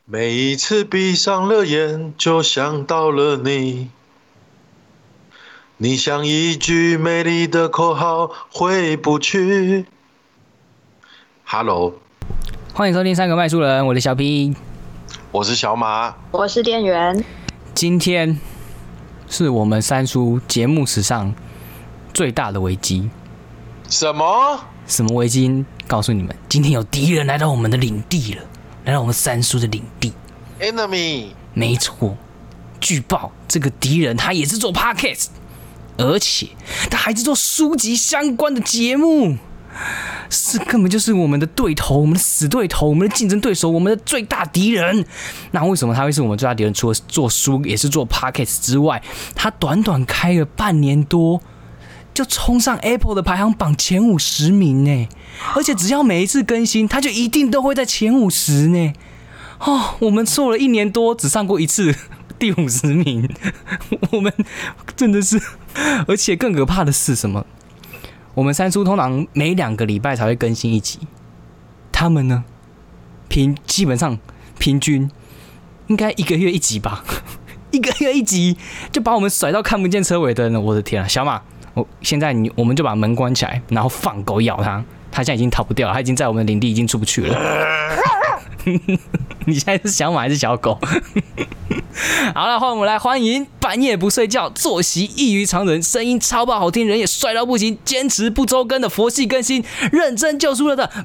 每一次闭上了眼，就想到了你。你像一句美丽的口号，回不去。Hello， 欢迎收听三个麦书人，我是小 P， 我是小马， 我是店员。 今天是我们三叔节目史上最大的危机。 什么危机？告诉你们，今天有敌人来到我们的领地了，来到我们三叔的领地。 ？Enemy， 没错，据报这个敌人他也是做 podcast， 而且他还是做书籍相关的节目，根本就是我们的对头，我们的死对头，我们的竞争对手，我们的最大敌人。那为什么他会是我们最大敌人？除了做书也是做 podcast 之外，他短短开了半年多，就冲上 Apple 的排行榜前50名呢，而且只要每一次更新，他就一定都会在前50呢。哦，我们做了1年多，只上过一次第50名，我们真的是，而且更可怕的是什么？我们三叔通常每2个礼拜才会更新一集，他们呢，基本上平均应该1个月1集吧，1个月1集就把我们甩到看不见车尾灯了。我的天啊，小马！现在我们就把门关起来，然后放狗咬他，他现在已经逃不掉了，他已经在我们的领地已经出不去了。你现在是小马还是小狗？好了，换我们来欢迎半夜不睡觉、作息异于常人、声音超爆好听、人也帅到不行、坚持不周更的佛系更新、认真救赎了的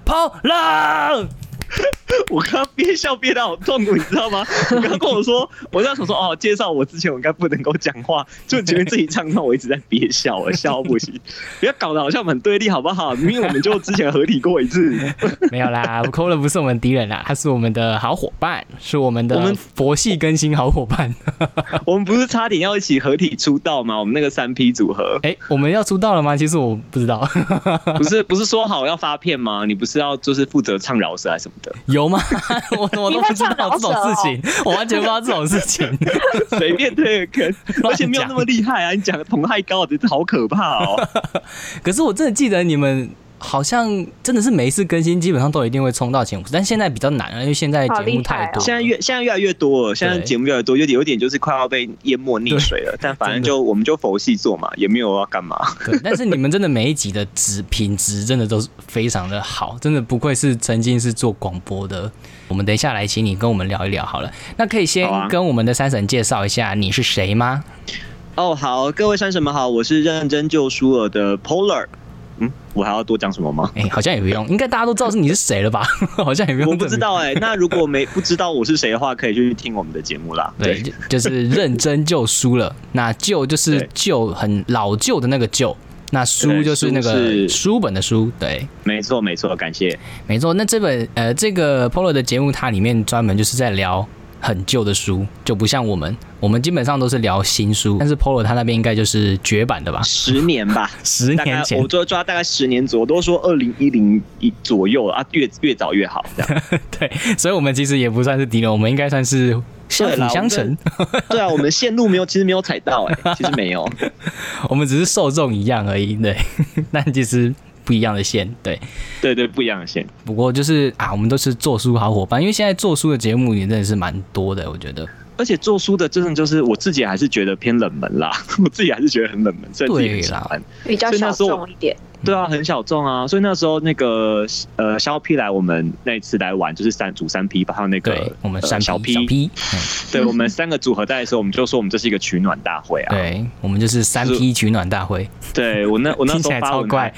Paul。 我刚刚憋笑憋到好痛苦，你知道吗？你刚刚跟我说，我在想说哦，介绍我之前我应该不能够讲话，就前面自己唱唱，我一直在憋笑，我笑到不行。不要搞得好像我们很对立好不好？明明我们就之前合体过一次。 没有啦 ，Cola 不是我们敌人啦，他是我们的好伙伴，是我们的佛系更新好伙伴。 我们不是差点要一起合体出道吗？我们那个3P 组合。 我们要出道了吗？其实我不知道。 不是说好要发片吗？你不是要就是负责唱饶舌还是什么的？ 有吗？我都不知道这种事情，我完全不知道这种事情。 随便推个坑，而且没有那么厉害啊！你讲同害高，真的好可怕哦。 可是我真的记得你们好像真的是每一次更新基本上都一定会冲到前50，但现在比较难了，因为现在节目太多。 现在越来越多了，现在节目越来越多，有点就是快要被淹没溺水了。但反正我们就佛系做嘛，也没有要干嘛。 对，但是你们真的每一集的品质真的都是非常的好，真的不愧是曾经是做广播的。我们等一下来请你跟我们聊一聊好了。那可以先跟我们的三婶介绍一下你是谁吗？ 哦，好，各位三婶们好，我是认真救赎了的 Polar。我还要多讲什么吗？ 好像也不用，应该大家都知道是你是谁了吧？好像也不用。 我不知道那如果不知道我是谁的话，可以去听我们的节目啦。 对，就是认真救赎了。那旧就是旧，很老旧的那个旧。那书就是那个书本的书，对， 没错，感谢， 没错。那这个 Polo 的节目，它里面专门就是在聊很旧的书，就不像我们基本上都是聊新书，但是 Polo 他那边应该就是绝版的吧 ？10年吧 ，10年前， 我抓大概10年左右，我都说2010左右啊，越早越好这样。 对，所以我们其实也不算是敌人，我们应该算是相辅相成。 对啊，我们线路其实没有踩到其实没有， 我们只是受众一样而已，对，但其实不一样的线，对， 不一样的线。 不过就是我们都是做书好伙伴，因为现在做书的节目也真的是蛮多的，我觉得。 而且做书的真的就是我自己还是觉得偏冷门啦，我自己还是觉得很冷门，所以自己很喜欢， 比较小众一点。 对啊，很小众啊，所以那时候那个小 P 来我们那一次来玩，就是组3P 吧，还有那个我们小 P， 对，我们3个组合在的时候，我们就说我们这是一个取暖大会啊， 对，我们就是3P 取暖大会。 对我那时候听起来超怪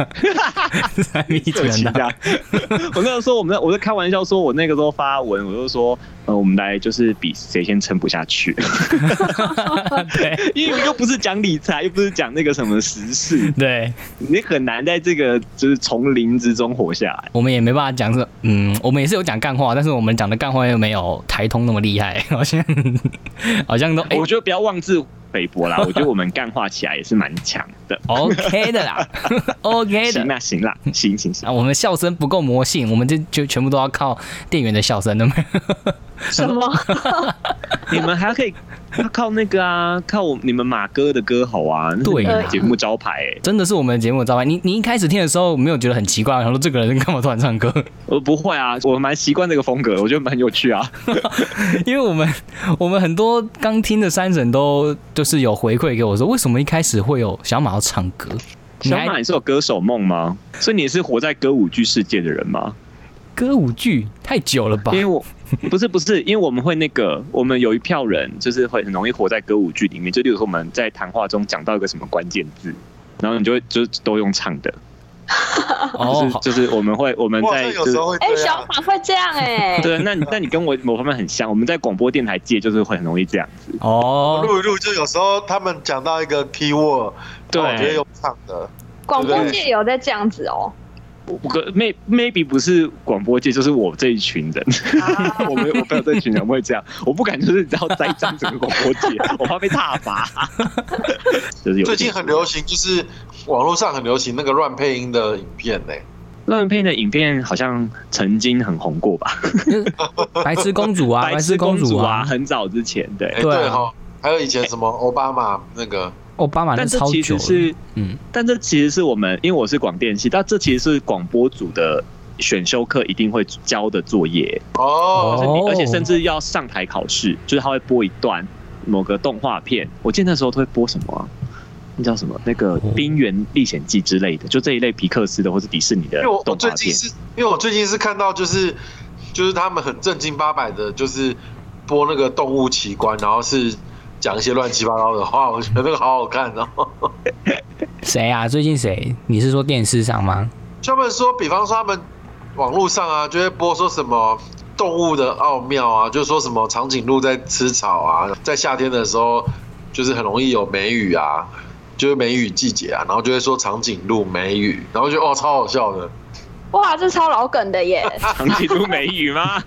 ，3P 取暖大会。 我那个时候我在开玩笑说，我那个时候发文，我就说我们来就是比谁先撑不下去。对，因为又不是讲理财，又不是讲那个什么时事， 对， 你很难在这个就是丛林之中活下来。 我们也没办法讲我们也是有讲干话，但是我们讲的干话又没有台通那么厉害，好像都。 我觉得不要妄自菲薄啦，我觉得我们干话起来也是蛮强的。 OK 的啦，OK 的。 行啦，行。 我们笑声不够魔性，我们就全部都要靠店员的笑声，对吗？ 什么？ 你们还可以他靠那个啊，靠你们马哥的歌喉啊， 对啊， 节目招牌真的是我们的节目的招牌。你一开始听的时候没有觉得很奇怪，想说这个人干嘛突然唱歌？ 我不会啊，我蛮习惯这个风格，我觉得蛮有趣啊。 因为我们很多刚听的三婶都就是有回馈给我说，为什么一开始会有小马要唱歌？ 小马，你是有歌手梦吗？所以你是活在歌舞剧世界的人吗？ 歌舞剧太久了吧？ 因为我不是，因为我们会我们有一票人就是会很容易活在歌舞剧里面。就例如说我们在谈话中讲到一个什么关键字，然后你就都用唱的。就是我们在有时候会小马会这样对，那你跟我某方面很像，我们在广播电台界就是会很容易这样子。 录一录，就有时候他们讲到一个 keyword， 对，我觉得用唱的。 广播界有在这样子哦。 maybe 不是广播界，就是我这一群人。我没有这一群人会这样，我不敢就是只要栽赃整个广播界，我怕被挞伐。就是最近很流行，就是网络上很流行那个乱配音的影片呢。 乱配音的影片好像曾经很红过吧？ 白痴公主啊，白痴公主啊， 很早之前对哈，还有以前什么奥巴马那个。 奥巴马那超久了， 但这其实是我们，因为我是广电系，但这其实是广播组的选修课一定会教的作业哦，而且甚至要上台考试，就是他会播一段某个动画片，我记得那时候都会播什么啊？那叫什么？那个《冰原历险记》之类的，就这一类皮克斯的或是迪士尼的动画片。 因为我最近是看到就是他们很正经八百的，就是播那个动物奇观，然后是。讲一些乱七八糟的话，我觉得那个好好看哦。 谁啊？最近谁？你是说电视上吗？ 他们说，比方说他们网络上啊，就会播说什么动物的奥妙啊，就说什么长颈鹿在吃草啊，在夏天的时候就是很容易有梅雨啊，就是梅雨季节啊，然后就会说长颈鹿梅雨，然后就超好笑的。 哇，这超老梗的耶！ 长颈鹿梅雨吗？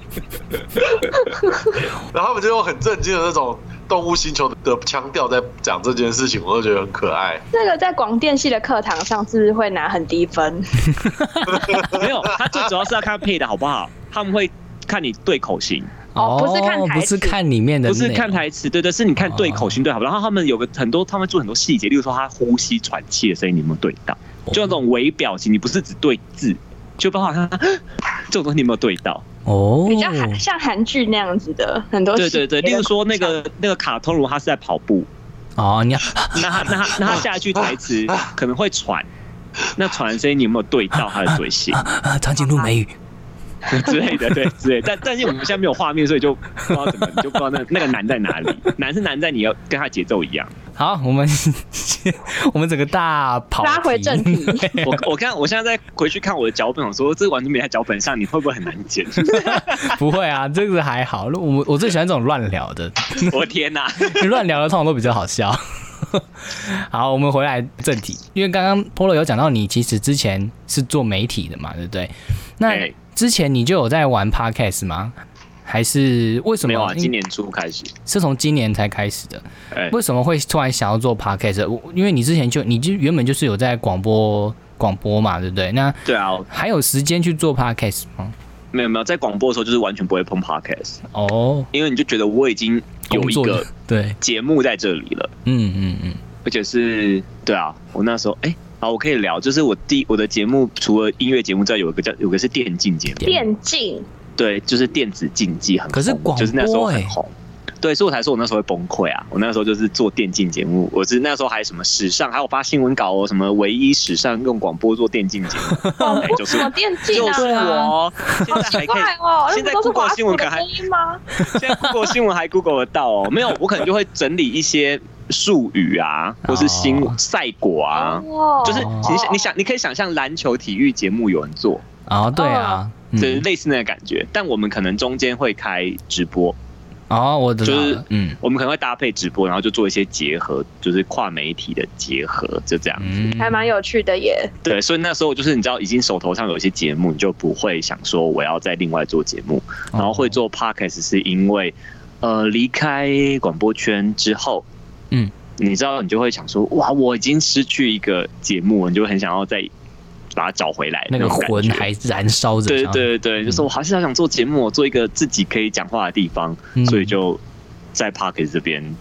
然后他们就用很震惊的那种动物星球的腔调在讲这件事情，我都觉得很可爱。 这个在广电系的课堂上是不是会拿很低分？ 没有，他最主要是要看配的好不好，他们会看你对口型。 不是看台词， 不是看里面的， 不是看台词，对，是你看对口型对好。然后他们有他们做很多细节，例如说他呼吸喘气的声音，你有没有对到？就那种微表情，你不是只对字。就包括他这种东西，你有没有对到？ 比较像韩剧那样子的很多。 对，例如说那个卡通，如果他是在跑步， 你要那他下一句台词可能会喘，那喘的声音你有没有对到他的嘴型？ 长颈鹿梅雨之类的，对之类的。但是我们现在没有画面，所以就不知道怎么，就不知道那个难在哪里。难是难在你要跟他节奏一样。 好，我们整个大跑拉回正题。 我现在再回去看我的脚本，我说这完全没在脚本上，你会不会很难剪？ 不会啊，这个还好。我最喜欢这种乱聊的。 我的天哪， 乱聊的通常都比较好笑。好，我们回来正题，因为刚刚 Polo 有讲到你其实之前是做媒体的嘛，对不对？那之前你就有在玩 Podcast 吗？还是为什么？ 没有啊，今年初开始， 是从今年才开始的。为什么会突然想要做 Podcast？ 因为你之前你就原本就是有在广播嘛，对不对？那对啊， 还有时间去做 Podcast 吗？ 没有，在广播的时候就是完全不会碰 Podcast 哦，因为你就觉得我已经有一个节目在这里了，而且是对啊，我那时候好，我可以聊，就是我的节目除了音乐节目之外，有个是电竞节目， 电竞。 对，就是电子竞技很红， 可是广播就是那时候很红。对，所以我才说我那时候会崩溃啊！我那时候就是做电竞节目，我是那时候还什么史上，还有发新闻稿哦，什么唯一史上用广播做电竞节目， 就是我电竞啊，就是我，现在还可以哦， 现在 Google 新闻还吗？ 现在 Google 新闻还 Google 得到哦，没有，我可能就会整理一些术语啊，或是赛果啊，就是你可以想象篮球体育节目有人做哦，对啊。 就是类似那个感觉，但我们可能中间会开直播哦，我知道了， 就是我们可能会搭配直播，然后就做一些结合，就是跨媒体的结合，就这样子， 还蛮有趣的耶。 对，所以那时候就是你知道，已经手头上有一些节目，你就不会想说我要再另外做节目，然后会做 podcast 是因为离开广播圈之后，你知道你就会想说，哇，我已经失去一个节目，你就很想要再把它找回来， 那个魂还燃烧着。 对，就是我还是想做节目，做一个自己可以讲话的地方，所以就在 Podcast 这边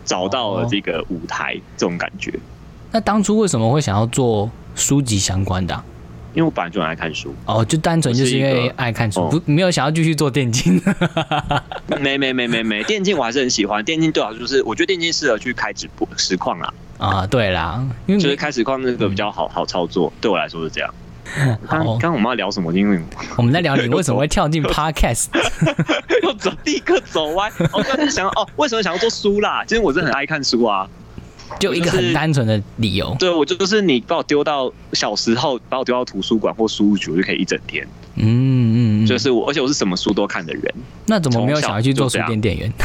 找到了这个舞台，这种感觉。 那当初为什么会想要做书籍相关的因为我本来就很爱看书。 哦，就单纯就是因为爱看书，没有想要继续做电竞。 没，电竞我还是很喜欢。电竞对我来说就是，我觉得电竞适合去开直播实况啦。 啊，对啦，因为就是开实况那个比较好操作，对我来说是这样。刚我们要聊什么？因为我们在聊你为什么会跳进 podcast， 又立刻走歪。我刚才想为什么想要做书啦？其实我是很爱看书啊。 就一个很单纯的理由。 对，我就是你把我丢到小时候，把我丢到图书馆或书局，我就可以一整天。就是而且我是什么书都看的人。 那怎么没有想要去做书店店员？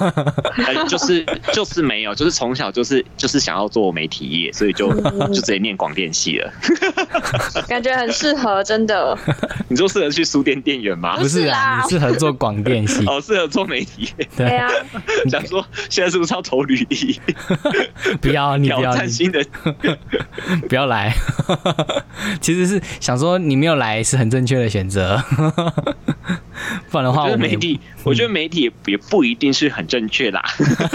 就是没有，就是从小就是想要做媒体业，所以就直接念广电系了。 感觉很适合，真的。 你说适合去书店店员吗？ 不是啊，你适合做广电系。 适合做媒体业。 对啊。 想说现在是不是要投履历？ 不要，你不要挑战新的， 不要来。其实是想说你没有来是很正确的选择。不然的话， 我觉得媒体也不一定是很正确啦。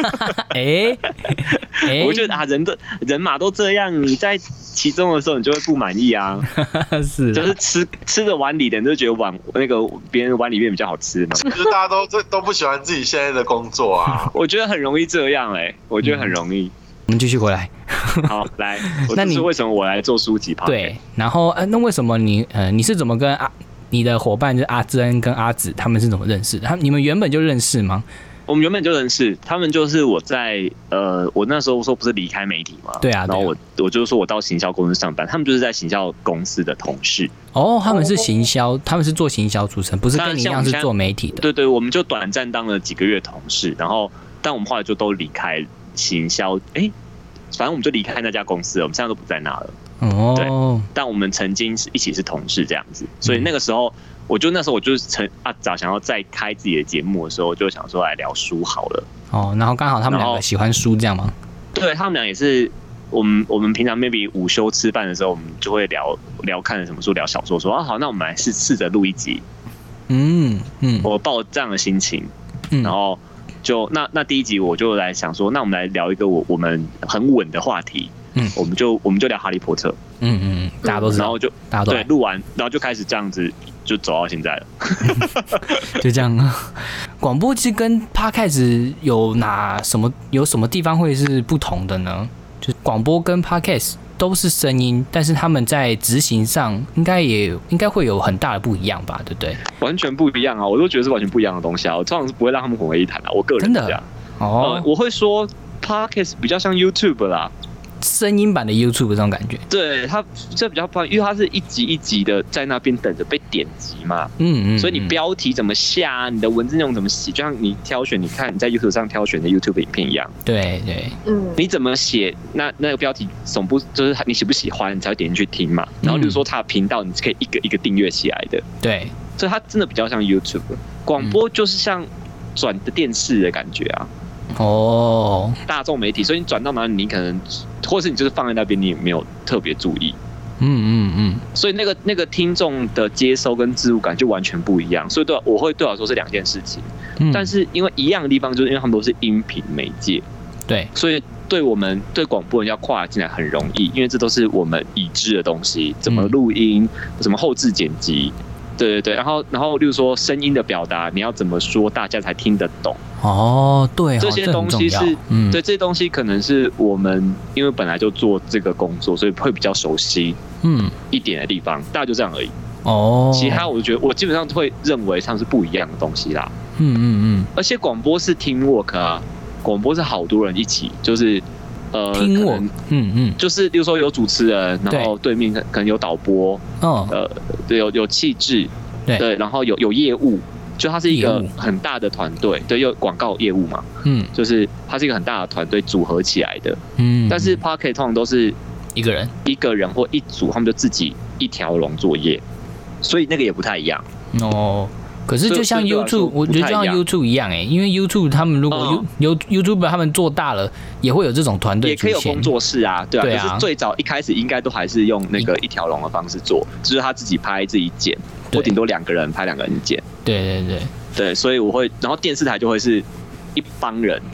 我觉得人马都这样，你在其中的时候你就会不满意啊。 是， 就是吃着碗里的人就觉得别人碗里面比较好吃嘛。 就是大家都不喜欢自己现在的工作啊。 我觉得很容易这样我觉得很容易。 我们继续回来。 好，来，那你为什么我来做书籍？ 对，然后那为什么你是怎么跟你的伙伴就是阿珍跟阿紫他们是怎么认识的？你们原本就认识吗？ 我们原本就认识，他们就是我在我那时候说不是离开媒体嘛， 对啊， 然后我就是说我到行销公司上班，他们就是在行销公司的同事。 哦，他们是行销，他们是做行销出身，不是跟你一样是做媒体的。 对，我们就短暂当了几个月同事，然后但我们后来就都离开行销，反正我们就离开那家公司了，我们现在都不在那了。对，但我们曾经一起是同事这样子，所以那个时候我就是早想要再开自己的节目的时候，就想说来聊书好了。 然后刚好他们两个喜欢书，这样吗？ 对，他们俩也是。我们平常 maybe 午休吃饭的时候，我们就会聊看了什么书，聊小说，说好，那我们来试着录一集。我抱这样的心情，然后就那第一集我就来想说，那我们来聊一个我们很稳的话题。我们就聊哈利波特。 大家都知道， 然后就大家都对录完，然后就开始这样子就走到现在了。 就这样。广播其实跟 podcast 有什么地方会是不同的呢？就是广播跟 podcast 都是声音，但是他们在执行上应该会有很大的不一样吧，对不对？ 完全不一样啊！我都觉得是完全不一样的东西啊！我通常是不会让他们混为一谈啊。我个人是这样。我会说 podcast 比较像 YouTube 啦。 声音版的 YouTube 这种感觉， 对，它这比较不，因为它是一集一集的在那边等着被点击嘛，所以你标题怎么下，你的文字内容怎么写，就像你挑选，你看你在 YouTube 上挑选的 YouTube 影片一样， 对， 你怎么写，那个标题总不就是你喜不喜欢，你才会点进去听嘛，然后比如说它的频道，你是可以一个一个订阅起来的， 对， 所以它真的比较像 YouTube， 广播就是像转的电视的感觉啊。大众媒体，所以你转到哪里，你可能，或是你就是放在那边，你也没有特别注意。所以那个听众的接收跟置入感就完全不一样。所以对我来说是两件事情。但是因为一样的地方，就是因为他们都是音频媒介，对，所以对广播人要跨进来很容易，因为这都是我们已知的东西，怎么录音，怎么后置剪辑。对，然后，例如说声音的表达，你要怎么说，大家才听得懂？ 对， 这些东西是，对，这些东西可能是我们因为本来就做这个工作，所以会比较熟悉，一点的地方，大概就这样而已。其他我觉得我基本上会认为像是不一样的东西啦。而且广播是 teamwork 啊，广播是好多人一起，就是 teamwork， 就是例如说有主持人，然后对面可能有导播，对，有气质，对，然后有业务，就它是一个很大的团队，对，有广告业务嘛，就是它是一个很大的团队组合起来的，但是 Podcast 通常都是一个人或一组，他们就自己一条龙作业，所以那个也不太一样。 可是就像 YouTube， 我觉得就像 YouTube 一样因为 YouTube 他们如果YouTube 他们做大了，也会有这种团队出现， 也可以有工作室啊，对啊。可是最早一开始应该都还是用那个一条龙的方式做，就是他自己拍自己剪，或顶多2个人拍2个人剪。对，所以然后电视台就会是一帮人，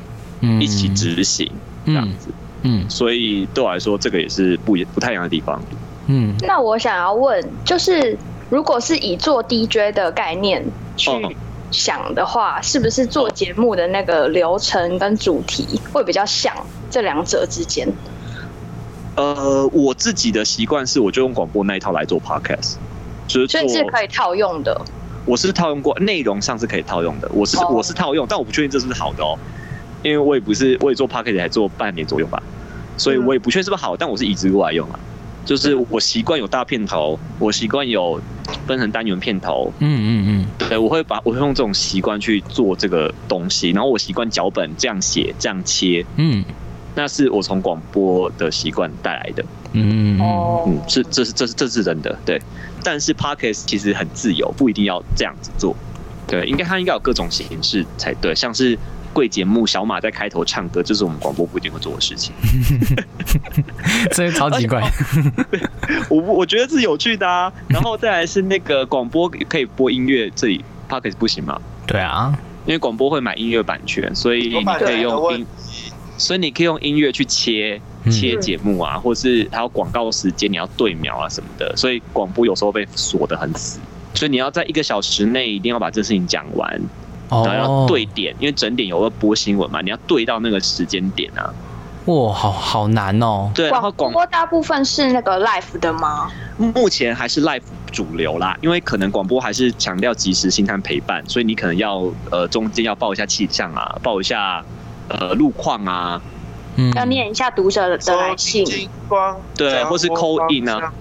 一起执行这样子。所以对我来说，这个也是不太一样的地方。 那我想要问，就是如果是以做 DJ 的概念去想的话，是不是做节目的那个流程跟主题会比较像这两者之间？ 我自己的习惯是，我就用广播那一套来做 podcast， 就是所以是可以套用的。 我是套用过，内容上是可以套用的。我是套用，但我不确定这是不是好的哦，因为我也做 podcast 才做半年左右吧，所以我也不确定是不是好，但我是移植过来用啊。就是我习惯有大片头，我习惯有分成单元片头，对，我会用这种习惯去做这个东西，然后我习惯脚本这样写这样切，那是我从广播的习惯带来的，这是真的，对。但是 Podcast 其实很自由，不一定要这样子做，对，它应该有各种形式才对，像是贵节目小马在开头唱歌，这是我们广播不一定会做的事情。 这超奇怪。 我觉得是有趣的啊。然后再来是那个广播可以播音乐，这里 Podcast 不行吗？ 对啊， 因为广播会买音乐版权，所以你可以用音乐去切节目啊，或是还有广告时间你要对秒啊什么的，所以广播有时候被锁得很死，所以你要在1个小时内一定要把这事情讲完。然后要对点，因为整点有个播新闻嘛，你要对到那个时间点啊。 哇，好难哦。 对，然后广播大部分是那个 live 的吗？ 目前还是 live 主流啦，因为可能广播还是强调即时性和陪伴，所以你可能要中间要报一下气象啊，报一下路况啊， 要念一下读者的来信， 对，或是 call in 啊。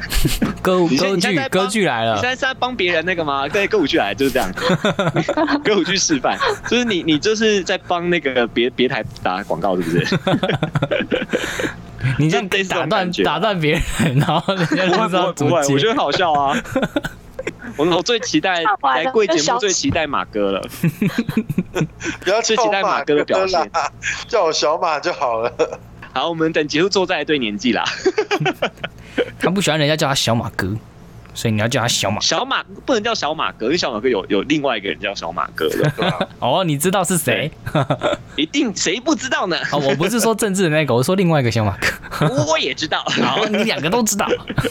歌剧来了， 你现在是在帮别人那个吗？对，歌舞剧来就是这样，歌舞剧示范，就是你就是在帮那个别台打广告，是不是？ 你这样打断别人，然后人家不知道怎么接， 我觉得好笑啊。我最期待来贵节目，最期待马哥了。 不要最期待马哥的表现， 叫我小马就好了。 好，我们等结束之后再来对年纪啦。 他不喜欢人家叫他小马哥，所以你要叫他小马。 小马不能叫小马哥，因为小马哥有另外一个人叫小马哥的。 哦，你知道是谁？ 一定谁不知道呢？ 哦，我不是说政治的那个，我说另外一个小马哥。 我也知道。 好，你2个都知道。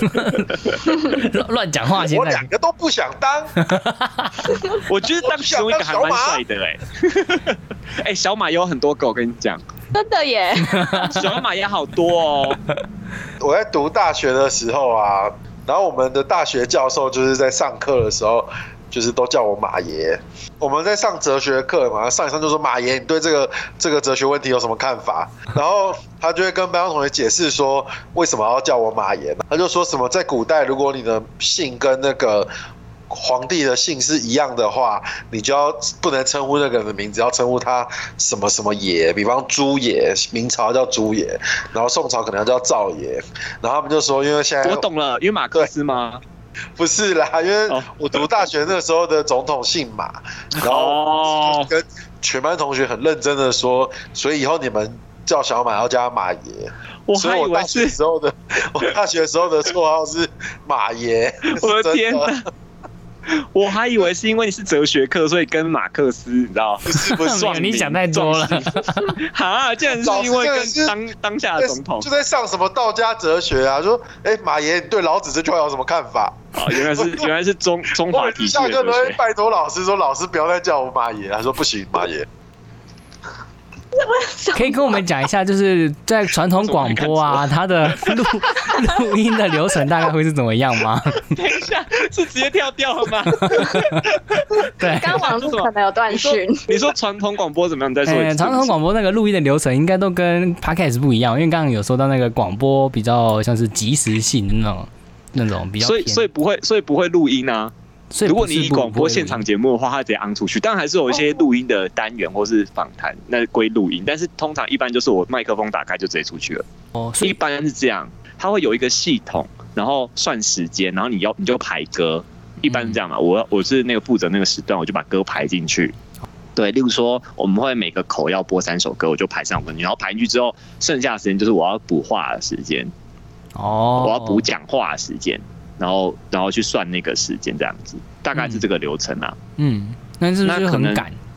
乱讲话，现在我2个都不想当。 我觉得当其中一个还蛮帅的哎。小马有很多个，我跟你讲。 真的耶， 小马也好多哦。 我在读大学的时候啊，然后我们的大学教授就是在上课的时候，就是都叫我马爷。我们在上哲学课嘛，上一上就说马爷，你对这个哲学问题有什么看法？然后他就会跟班上同学解释说，为什么要叫我马爷呢？他就说什么在古代，如果你的姓跟那个皇帝的姓是一样的话，你就不能称呼那个人的名字，要称呼他什么什么爷，比方朱爷，明朝叫朱爷，然后宋朝可能要叫赵爷。然后他们就说，因为现在我懂了，因为马克思吗？ 不是啦，因为我读大学那时候的总统姓马，然后跟全班同学很认真的说，所以以后你们叫小马要叫他马爷。所以我大学时候的绰号是马爷。 我的天哪！我还以为是因为你是哲学课，所以跟马克思，你知道？ 不是， 你想太多了。 哈，竟然是因为跟当下的总统就在上什么道家哲学啊？说，马爷，你对老子这句话有什么看法？ 原来是中华体系的哲学。下课都会拜托老师说，老师不要再叫我马爷。他说不行，马爷。 可以跟我们讲一下，就是在传统广播啊，它的录音的流程大概会是怎么样吗？ 等一下，是直接跳掉了吗？ 对， 刚网络可能有断讯。 你说传统广播怎么样？你再说一次。 传统广播那个录音的流程应该都跟 Podcast 不一样，因为刚刚有说到那个广播比较像是即时性那种比较偏， 所以不会录音啊。如果你以广播现场节目的话，它直接昂出去，当然还是有一些录音的单元或是访谈，那归录音。但是通常一般就是我麦克风打开就直接出去了。所以一般是这样，它会有一个系统，然后算时间，然后你就排歌，一般是这样嘛。我是那个负责那个时段，我就把歌排进去。对，例如说我们会每个口要播3首歌，我就排3分钟，然后排进去之后，剩下的时间就是我要补话的时间，我要补讲话的时间。然后去算那个时间，这样子大概是这个流程啊。 那是不是就很赶？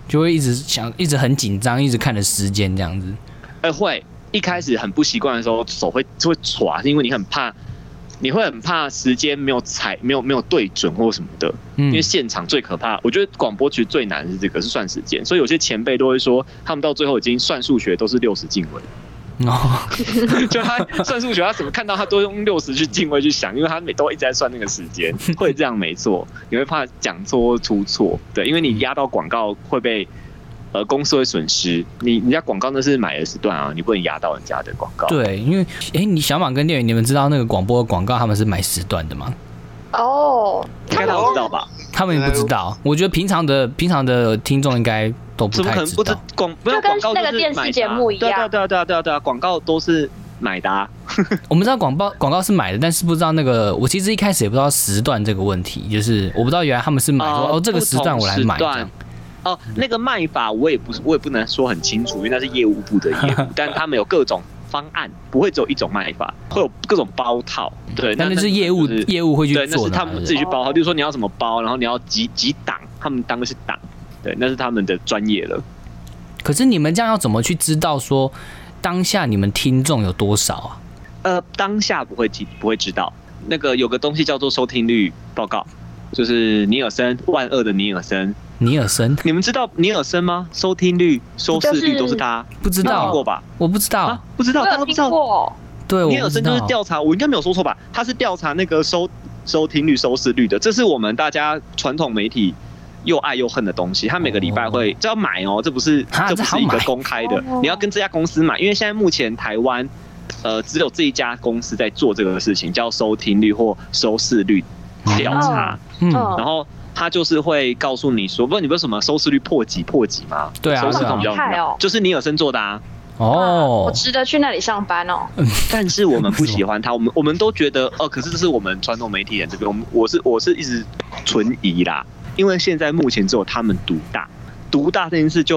就会一直想，一直很紧张，一直看着时间这样子。 会一开始很不习惯的时候，手会抓，是因为你会很怕时间没有对准或什么的。因为现场最可怕，我觉得广播其实最难是这个，是算时间。所以有些前辈都会说，他们到最后已经算数学都是60进位。就他算数学，他怎么看到他都用60去进位去想，因为他都一直在算那个时间，会这样没错。你会怕讲错或出错，对，因为你压到广告会被公司会损失。人家广告那是买的时段啊，你不能压到人家的广告。 对，因为你小马跟店员，你们知道那个广播的广告他们是买时段的吗？ 哦， 应该都知道吧？ 他们也不知道。我觉得平常的听众应该都不太知道。怎么可能不知就跟那个电视节目一样。 对啊，广告都是买的啊。 我们知道广告是买的，但是不知道那个，我其实一开始也不知道时段这个问题，就是我不知道原来他们是买说这个时段我来买这样。 那个卖法我也不能说很清楚，因为那是业务部的业务，但他们有各种方案，不会只有一种卖法，会有各种包套。对， 但那是业务会去做的， 那是他们自己去包套。比如说你要怎么包，然后你要几档，他们当的是档，对，那是他们的专业了。 可是你们这样要怎么去知道说当下你们听众有多少啊？ 当下不会知道。那个有个东西叫做收听率报告，就是尼尔森12000的尼尔森。 尼尔森， 你们知道尼尔森吗？收听率、收视率都是他， 不知道听过吧？ 我不知道， 啊、不知道，大家都不知道。 对， 尼尔森就是调查，我应该没有说错吧？他是调查那个收听率、收视率的，这是我们大家传统媒体又爱又恨的东西。他每个礼拜会这要买哦，这不是一个公开的，你要跟这家公司买，因为现在目前台湾只有这一家公司在做这个事情，叫收听率或收视率调查。然后他就是会告诉你说，不，你不是什么收视率破几吗？ 对啊， 收视率比较就是尼尔森做的啊。 哦，我值得去那里上班哦。 但是我们不喜欢他，我们都觉得可是这是我们传统媒体人这边，我是一直存疑啦，因为现在目前只有他们独大这件事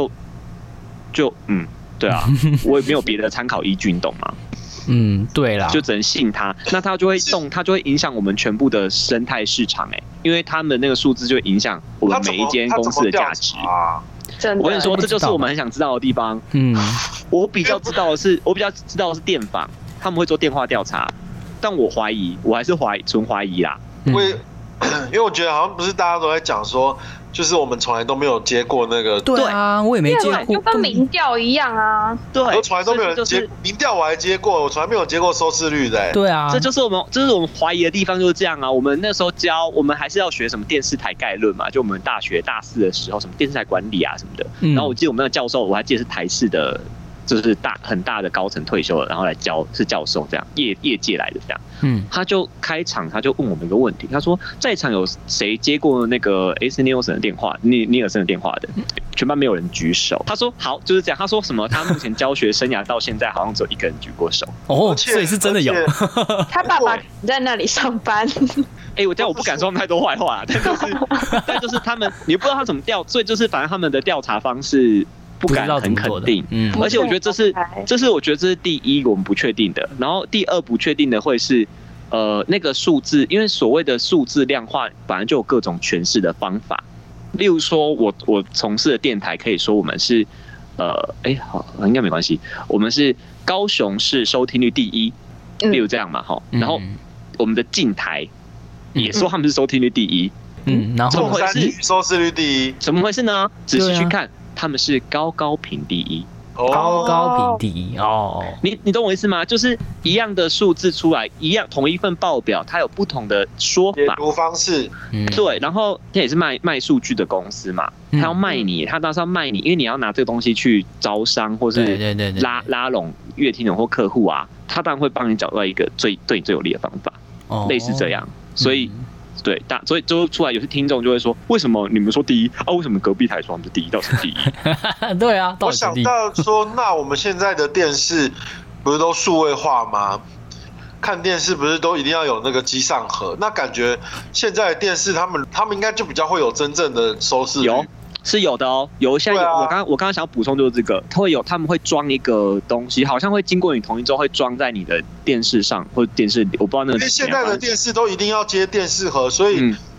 对啊，我也没有别的参考依据，你懂吗？ 对啦， 就只能信他，那他就会影响我们全部的生态市场因为他们的那个数字就会影响我们每一间公司的价值。我跟你说，这就是我们很想知道的地方。我比较知道的是电访，他们会做电话调查，但我还是纯怀疑啦。 因为我觉得好像不是大家都在讲说，就是我们从来都没有接过那个。 对啊，我也没接过， 就跟民调一样啊。 对， 我从来都没有人接民调，我还接过，我从来没有接过收视率的。 对啊， 这就是我们怀疑的地方，就是这样啊。我们那时候我们还是要学什么电视台概论嘛，就我们大学大4的时候，什么电视台管理啊什么的。然后我记得我们那个教授，我还记得是台视的。就是很大的高层退休了，然后来教是教授这样，业界来的这样。他就开场，他就问我们一个问题，他说在场有谁接过那个尼尔森的电话，尼尔森的电话的？全班没有人举手。他说好，就是这样。他说什么？他目前教学生涯到现在好像只有1个人举过手。 所以是真的有。 他爸爸在那里上班。 我不敢说太多坏话啦，但就是他们，你不知道他怎么调，所以就是反正他们的调查方式。不敢很肯定，而且我觉得这是我觉得这是第一我们不确定的，然后第二不确定的会是那个数字，因为所谓的数字量化本来就有各种诠释的方法，例如说我从事的电台可以说我们是好应该没关系，我们是高雄市收听率第1，例如这样嘛然后我们的近台也说他们是收听率第1， 然后怎么回事？收视率第1， 怎么回事呢？仔细去看。他们是高评第1， 高评第1哦。 你懂我意思吗？就是一样的数字出来，同一份报表，它有不同的说法、 解读方式。 对，然后它也是卖数据的公司嘛，他要卖你，他当时要卖你，因为你要拿这个东西去招商或是拉拢乐听人或客户啊，他当然会帮你找到一个对你最有利的方法，类似这样，所以。对，所以就出来有些听众就会说，为什么你们说第1啊？为什么隔壁台说他们是第1，到底是第 1？对啊， 我想到说，那我们现在的电视不是都数位化吗？看电视不是都一定要有那个机上盒？那感觉现在的电视他们应该就比较会有真正的收视率。 是有的哦，现在我刚刚想要补充就是这个，他们会装一个东西，好像会经过你同意之后会装在你的电视上或者电视里，我不知道那个。 因为现在的电视都一定要接电视盒，所以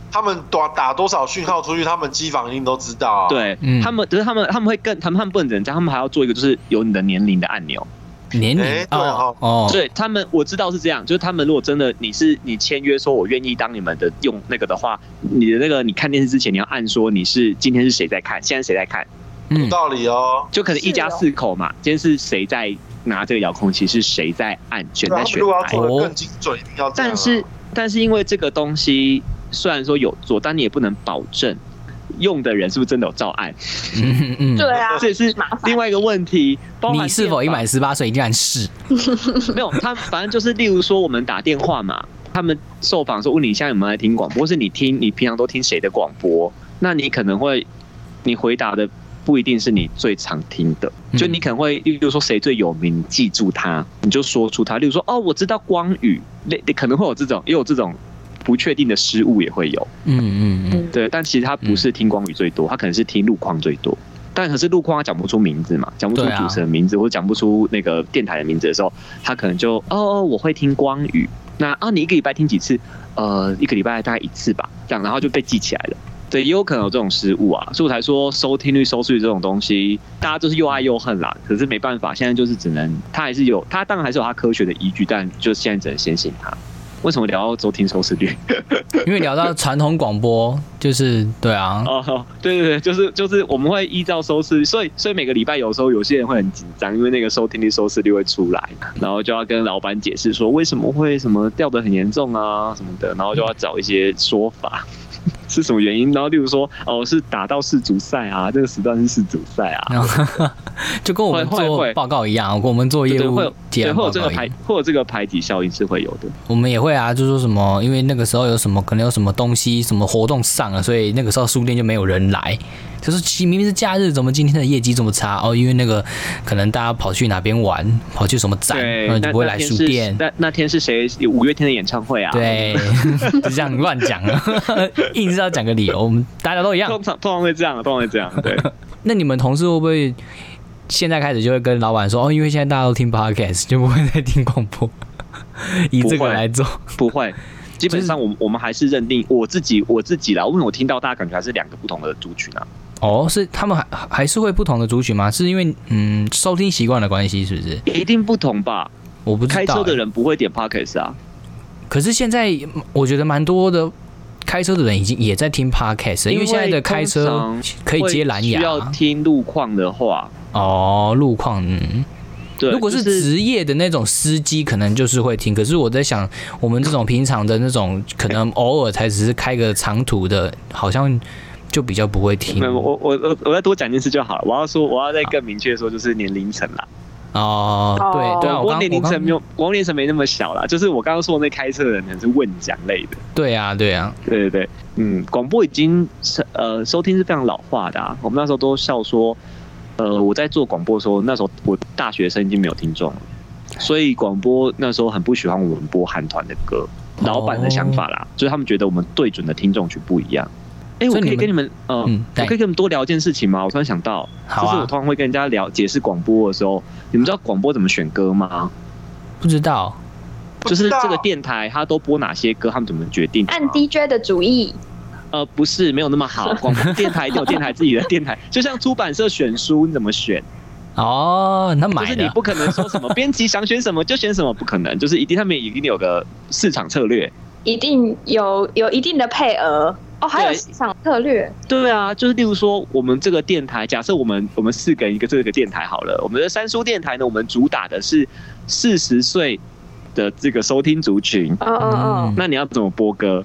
他们打多少讯号出去，他们机房一定都知道啊。 对，他们会他们不能只能这样，他们还要做一个就是有你的年龄的按钮。 年龄对他们我知道是这样，就是他们如果真的你签约说我愿意当你们的用那个的话，你的那个你看电视之前你要按说今天是谁在看，现在谁在看， 有道理哦。 就可能一家4口嘛，今天是谁在拿这个遥控器，是谁在按选台。 如果要做得更精准，一定要这样。 但是因为这个东西虽然说有做，但你也不能保证用的人是不是真的有照按？ 对啊， 这也是另外一个问题。 你是否已满18岁？一定然是没有，他反正就是例如说我们打电话嘛，他们受访说问你现在有没有在听广播，或是你平常都听谁的广播？那你可能会你回答的不一定是你最常听的，就你可能会例如说谁最有名，你记住他，你就说出他。例如说我知道光宇，可能会有这种也有这种。不确定的失误也会有，对，但其实他不是听光宇最多，他可能是听路况最多。但可是路况他讲不出名字嘛，讲不出主持人名字，或者讲不出那个电台的名字的时候，他可能就我会听光宇。那你一个礼拜听几次？一个礼拜大概1次吧，这样然后就被记起来了。对，也有可能有这种失误啊，所以我才说收听率、收视率这种东西，大家就是又爱又恨啦。可是没办法，现在就是只能他当然还是有他科学的依据，但就现在只能先信他。为什么聊到收听收视率？ 因为聊到传统广播，就是对啊， 对，就是我们会依照收视率，所以每个礼拜有时候有些人会很紧张，因为那个收听率、收视率会出来，然后就要跟老板解释说为什么会什么掉得很严重啊什么的，然后就要找一些说法。是什么原因？然后例如说，是打到世足赛啊，这个时段是世足赛啊， 就跟我们做报告一样，跟我们做业务提案报告一样， 会有这个排挤效应是会有的。 我们也会啊，就说什么，因为那个时候有什么可能有什么东西、什么活动上了，所以那个时候书店就没有人来。就是明明是假日，怎么今天的业绩这么差？因为那个可能大家跑去哪边玩，跑去什么展，就不会来书店。 那天是谁5月天的演唱会啊？ 对，就这样乱讲了，硬是要讲个理由。我们大家都一样， 通常会这样，对。 那你们同事会不会现在开始就会跟老板说，因为现在大家都听 podcast， 就不会再听广播，以这个来做？ 不会。基本上我们还是认定我自己啦，因为我听到大家感觉还是2个不同的族群啊。是他们还是会不同的族群吗？是因为收听习惯的关系，是不是？ 一定不同吧？ 我不知道。 开车的人不会点 podcast 啊。 可是现在我觉得蛮多的开车的人已经也在听 podcast， 因为现在的开车可以接蓝牙。 需要听路况的话， 路况如果是职业的那种司机，可能就是会听。可是我在想，我们这种平常的那种，可能偶尔才只是开个长途的，好像就比较不会听。 我再多讲一件事就好了。我要再更明确说，就是年龄层啦。 对啊， 我年龄层没那么小啦，就是我刚刚说的那开车的人可能是问讲类的。 对啊，对， 广播已经收听是非常老化的啊。我们那时候都笑说。我在做广播的时候，那时候我大学生已经没有听众了，所以广播那时候很不喜欢我们播韩团的歌。老板的想法啦，就是他们觉得我们对准的听众群不一样。我可以跟你们我可以跟你们多聊一件事情吗？我突然想到，就是我通常会跟人家解释广播的时候，你们知道广播怎么选歌吗？ 不知道， 就是这个电台它都播哪些歌，他们怎么决定？ 按 DJ 的主意。 不是，没有那么好。广播电台一定有电台自己的电台，就像出版社选书，你怎么选？ 那买就是你不可能说什么编辑想选什么就选什么，不可能，就是他们一定有个市场策略， 一定有一定的配额还有市场策略。 对啊，就是例如说我们这个电台，假设我们4个人一个这个电台好了，我们的三叔电台呢，我们主打的是40岁的这个收听族群。那你要怎么播歌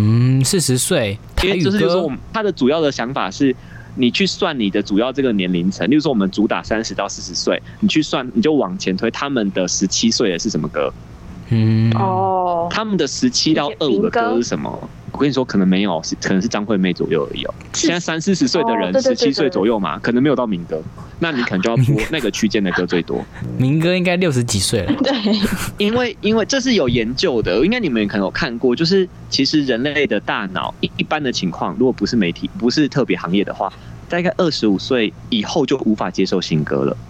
？40岁， 因为就是说，他的主要的想法是，你去算你的主要这个年龄层，例如说我们主打30到40岁，你去算，你就往前推，他们的17岁的是什么歌？他们的17到25的歌是什么？我跟你说，可能没有，可能是张惠妹左右而已。现在30-40岁的人，17岁左右嘛，可能没有到民歌，那你可能就要播那个区间的歌最多。 民歌应该60几岁了。 对， 因为这是有研究的，应该你们可能有看过，就是其实人类的大脑一般的情况，如果不是媒体，不是特别行业的话，大概25岁以后就无法接受新歌了。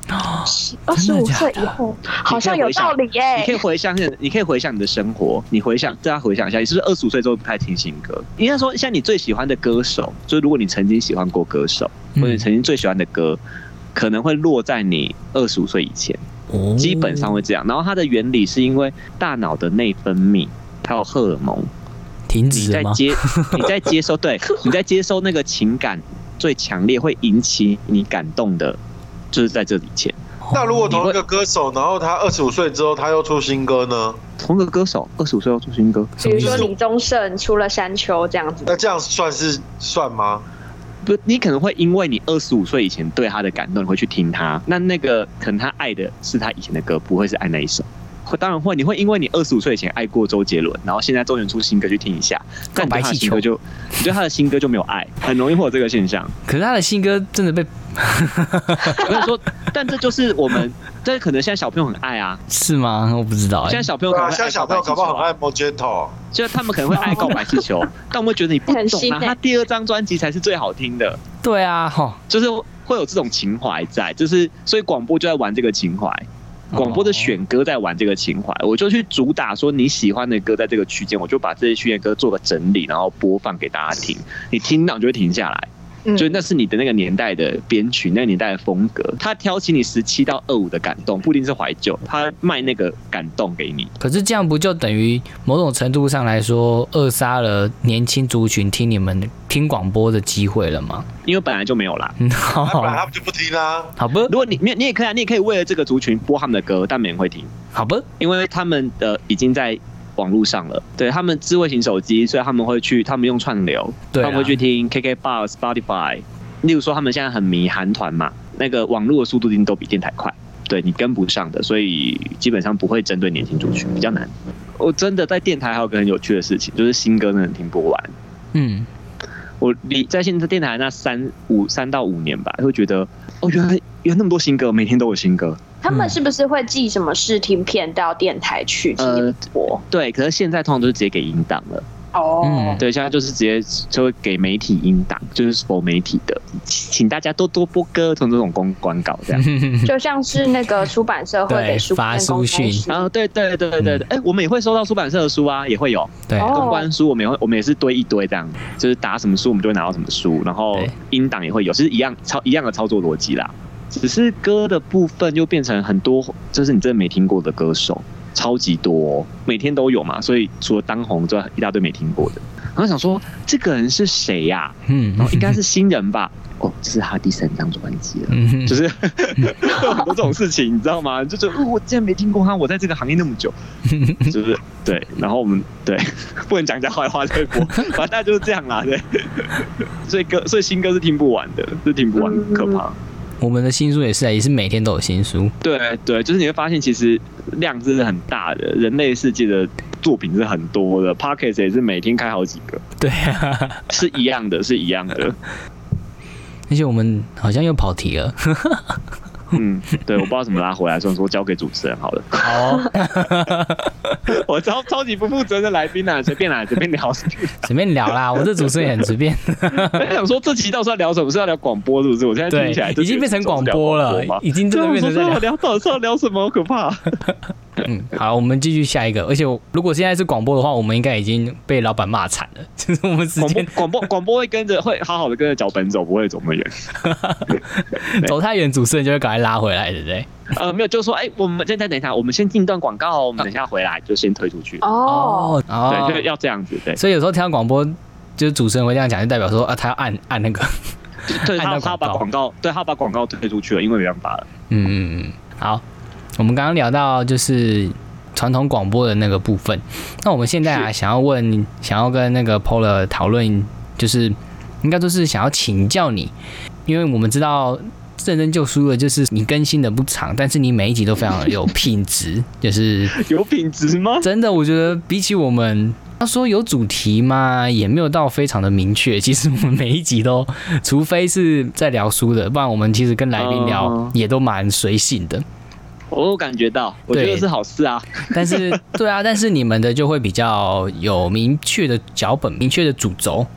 25岁以后，好像有道理耶。 你可以回想你的生活，大家回想一下，你是不是25岁之后不太听新歌？应该说，像你最喜欢的歌手，就是如果你曾经喜欢过歌手，或者你曾经最喜欢的歌，可能会落在你25岁以前，基本上会这样。然后它的原理是因为大脑的内分泌还有荷尔蒙停止了吗？ 你在接收对，你在接收那个情感最强烈，会引起你感动的，就是在这以前。 那如果同一个歌手，然后他25岁之后他又出新歌呢？ 同一个歌手25岁又出新歌， 比如说李宗盛出了《山丘》这样子， 那这样算吗？ 不，你可能会因为你25岁以前对他的感动，你会去听他。那个可能他爱的是他以前的歌，不会是爱那一首。当然会，你会因为你25岁以前爱过周杰伦，然后现在周杰伦出新歌去听一下，但你对他的新歌你对他的新歌就没有爱，很容易会有这个现象。 可是他的新歌真的被， 我跟你说，但这就是我们，这可能现在小朋友很爱啊， 是吗？我不知道。 现在小朋友可能现在小朋友搞不好很爱 Mojito， 就他们可能会爱告白气球，但我们会觉得你不懂啊，他第2张专辑才是最好听的。 对啊， 就是会有这种情怀在，就是所以广播就在玩这个情怀。广播的选歌在玩这个情怀，我就去主打说你喜欢的歌在这个区间，我就把这些区间歌做个整理，然后播放给大家听。你听到你就会停下来，就那是你的那个年代的编曲，那个年代的风格。他挑起你17到25的感动，不一定是怀旧，他卖那个感动给你。 可是这样不就等于某种程度上来说扼杀了年轻族群听你们听广播的机会了吗？ 因为本来就没有啦， 本来他们就不听啦。 好吧， 如果你也可以啊，你也可以为了这个族群播他们的歌，但没人会听。 好吧， 因为他们已经在网络上了，对他们智慧型手机，所以他们用串流，他们会去听 KKBOX、Spotify。例如说，他们现在很迷韩团嘛，那个网络的速度一定都比电台快，对你跟不上的，所以基本上不会针对年轻族群，比较难。我真的在电台还有个很有趣的事情，就是新歌真的听不完。我在现在电台那3到5年吧，会觉得原来有那么多新歌，每天都有新歌。 他们是不是会寄什么试听片到电台去听播？ 对，可是现在通常都是直接给音档了。对，现在就是直接就会给媒体音档，就是 for 媒体的，请大家多多播歌，从这种公关稿这样， 就像是那个出版社会给发书讯， 然后对，我们也会收到出版社的书啊，也会有，对，公关书我们也是堆一堆这样，就是打什么书我们就会拿到什么书，然后音档也会有，是一样的操作逻辑啦，只是歌的部分就变成很多，就是你真的没听过的歌手。超级多每天都有嘛，所以除了当红之外，一大堆没听过的。然后想说这个人是谁呀？然后应该是新人吧？这是他第3张专辑了，就是有很多这种事情，你知道吗？就我竟然没听过他，我在这个行业那么久，就是对。然后我们对不能讲人家坏话在播，反正大家就是这样啦，对。所以新歌是听不完的，是听不完，可怕。 我们的新书也是每天都有新书。 对，就是你会发现其实量真的很大的，人类世界的作品是很多的 ，Podcast 也是每天开好几个。 对啊， 是一样的。 而且我们好像又跑题了。 对，我不知道怎么拉回来，所以说交给主持人好了。 好， 我超级不负责任来宾啊，随便聊， 随便聊啦。我这主持人也很随便。 我想说这期到时候要聊什么？是要聊广播是不是？我现在听起来已经变成广播了，已经真的变成在聊。到底是要聊什么？好可怕。 好，我们继续下一个。而且如果现在是广播的话，我们应该已经被老板骂惨了。就是我们时间广播会好好的跟着脚本走，不会走那么远。 走太远，主持人就会赶快拉回来，对不对？ 没有，就是说，我们现在等一下，我们先进一段广告，我们等一下回来就先推出去。对，就要这样子。对， 所以有时候听到广播，就是主持人会这样讲，就代表说他要按那个， 对，他把广告推出去了，因为没办法了。 好。我们刚刚聊到就是传统广播的那个部分，那我们现在想要跟那个 Paul 讨论，就是应该都是想要请教你，因为我们知道认真就输了，就是你更新的不长，但是你每一集都非常有品质，就是有品质吗？ 真的，我觉得比起我们要说有主题嘛，也没有到非常的明确。其实我们每一集都，除非是在聊书的，不然我们其实跟来宾聊也都蛮随性的。 我有感觉到，我觉得是好事啊。 但是，对啊，但是你们的就会比较有明确的脚本、明确的主轴，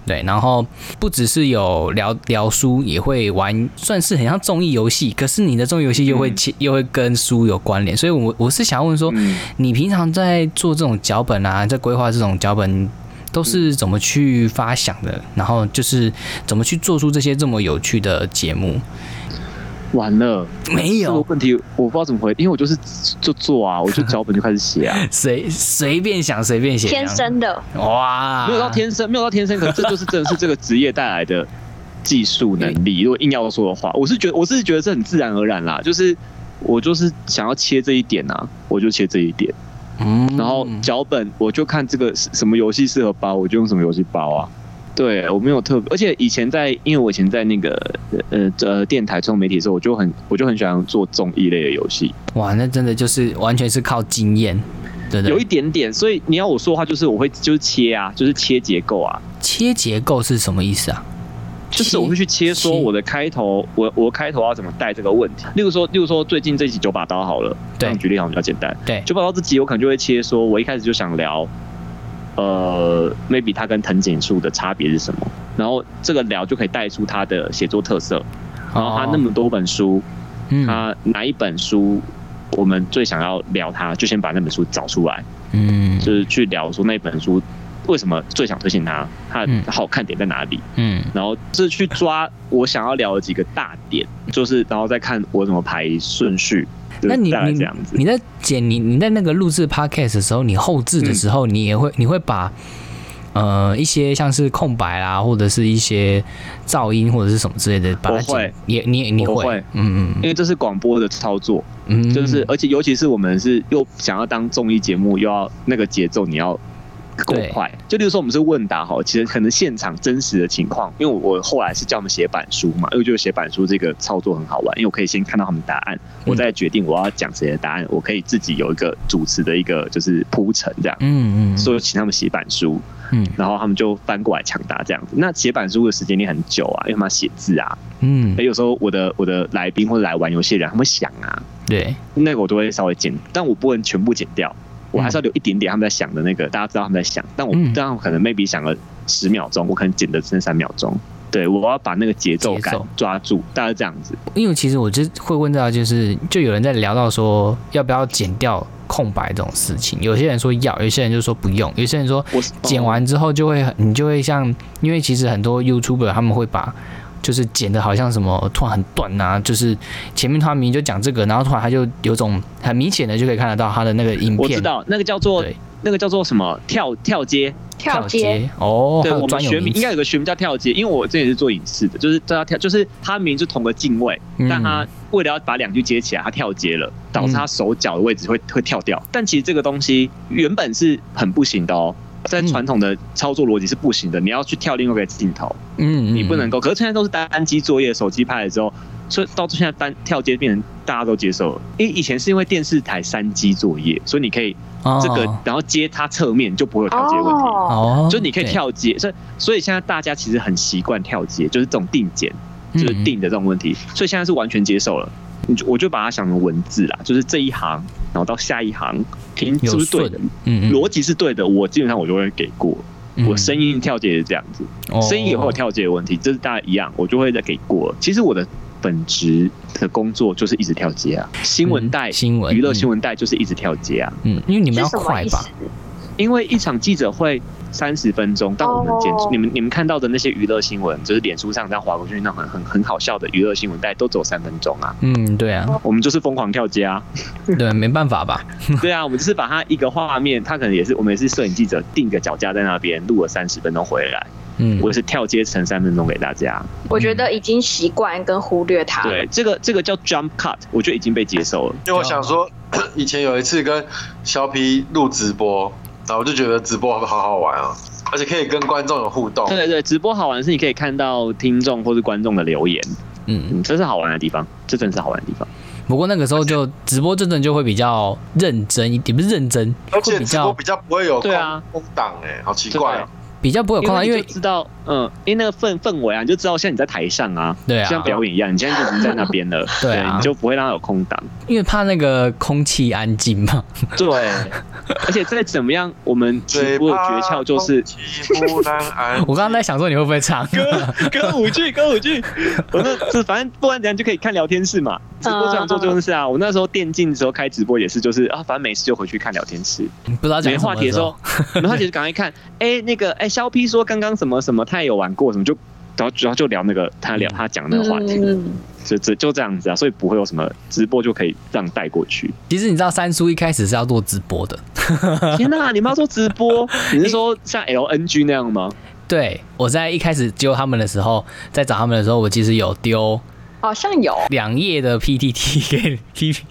对，然后不只是有聊书，也会玩，算是很像综艺游戏。可是你的综艺游戏又会跟书有关联，所以我是想要问说，你平常在做这种脚本啊，在规划这种脚本，都是怎么去发想的？然后就是怎么去做出这些这么有趣的节目？ 完了， 没有这个问题，我不知道怎么回，因为我就做啊，我就脚本就开始写啊， 随便想随便写， 天生的哇， 没有到天生，可是这就是真的是这个职业带来的技术能力。如果硬要说的话，我是觉得这很自然而然啦，就是我就是想要切这一点啊，我就切这一点，然后脚本我就看这个什么游戏适合包，我就用什么游戏包啊。对，我没有特别，而且因为我以前在那个电台做媒体的时候，我就很喜欢做综艺类的游戏。 哇，那真的就是完全是靠经验，对不对？ 有一点点，所以你要我说的话，就是我会就是切啊，就是切结构啊。 切结构是什么意思啊？ 就是我会去切说我的开头，我开头要怎么带这个问题。例如说最近这集9把刀好了，这样举例好像比较简单。 对 ，9把刀这集我可能就会切说，我一开始就想聊。maybe 他跟藤井树的差别是什么？然后这个聊就可以带出他的写作特色。然后他那么多本书，他哪一本书我们最想要聊他，就先把那本书找出来。就是去聊说那本书为什么最想推荐它，它的好看点在哪里。然后是去抓我想要聊的几个大点，就是然后再看我怎么排顺序。 那你在剪你在那个录制 podcast 的时候，你后制的时候，你会把一些像是空白啦，或者是一些噪音或者是什么之类的，把它剪。你会， 因为这是广播的操作，就是而且尤其是我们是又想要当综艺节目，又要那个节奏你要够快。就例如说我们是问答哈，其实可能现场真实的情况，因为我后来是叫他们写板书嘛，因为我觉得写板书这个操作很好玩，因为我可以先看到他们答案，我再决定我要讲谁的答案，我可以自己有一个主持的一个就是铺陈这样，所以请他们写板书，然后他们就翻过来抢答这样子。那写板书的时间也很久啊，因为他们要写字啊，有时候我的来宾或者来玩游戏的人他们会想啊， 对， 那个我都会稍微剪，但我不能全部剪掉。我还是要留一点点他们在想的那个，大家知道他们在想，但我这样可能 maybe 想了10秒钟，我可能剪的剩3秒钟。对，我要把那个节奏感抓住，大概这样子。 因为其实我就会问到，就有人在聊到说要不要剪掉空白这种事情，有些人说要，有些人就说不用，有些人说剪完之后你就会像，因为其实很多 YouTuber 他们会把。就是剪的好像什么突然很断啊，就是前面他明明就讲这个，然后突然他就有种很明显的就可以看得到他的那个影片。 我知道那个叫做什么跳接哦， 对，我们学名应该有个学名叫跳接，因为我之前是做影视的，就是就是他明明就同个进位，但他为了要把2句接起来，他跳接了，导致他手脚的位置会跳掉。但其实这个东西原本是很不行的哦。在传统的操作逻辑是不行的，你要去跳另外一个镜头，你不能够。可是现在都是单机作业，手机拍了之后，所以到现在单跳接变成大家都接受了。因为以前是因为电视台3机作业，所以你可以这个，然后接它侧面就不会有跳接问题，就你可以跳接。所以现在大家其实很习惯跳接，就是这种定剪，就是定的这种问题，所以现在是完全接受了。我就把它想成文字啦，就是这一行，然后到下一行，是不是对的？逻辑是对的，我基本上我就会给过。我声音跳接也是这样子，声音也会有跳接的问题，这是大家一样，我就会再给过。其实我的本职的工作就是一直跳接啊，新闻带、娱乐新闻带就是一直跳接啊。 因为你们要快吧？ 因为一场记者会30分钟，但我们你们看到的那些娱乐新闻，就是脸书上这样滑过去那种很好笑的娱乐新闻带，都走3分钟啊。 对啊， 我们就是疯狂跳接啊。 对，没办法吧？ 对啊，我们就是把它一个画面，他可能我们也是摄影记者，定个脚架在那边录了30分钟回来。我是跳接成3分钟给大家。 我觉得已经习惯跟忽略它。 对，这个叫 jump cut， 我觉得已经被接受了。 因为我想说，以前有一次跟小皮录直播。然后我就觉得直播好好玩啊，而且可以跟观众有互动。 对，直播好玩是你可以看到听众或是观众的留言，这是好玩的地方，这真是好玩的地方。 不过那个时候就直播真的就会比较认真一点，不是认真， 而且直播比较不会有空档好奇怪。 比较不会有空档，因为就知道，因为那个氛围啊，你就知道现在你在台上啊， 对啊， 像表演一样，你现在就已经在那边了， 对啊， 你就不会让它有空档， 因为怕那个空气安静嘛。 对，而且再怎么样，我们直播的诀窍就是， 我刚刚在想说你会不会唱歌舞剧，我那反正不管怎样就可以看聊天室嘛。直播这样做就是啊，我那时候电竞的时候开直播也是，就是啊，反正没事就回去看聊天室， 不知道讲没话题的时候，没话题就赶快看，那个肖 P 说刚刚什么什么他也有玩过什么，就然后就聊那个他讲那个话题，就这样子啊，所以不会有什么直播就可以这样带过去。 其实你知道三叔一开始是要做直播的， 天哪，你们要做直播？你是说像 LNG 那样吗？ 对，我在一开始揪他们的时候，在找他们的时候，我其实有丢， 好像有 2页的 PPT 给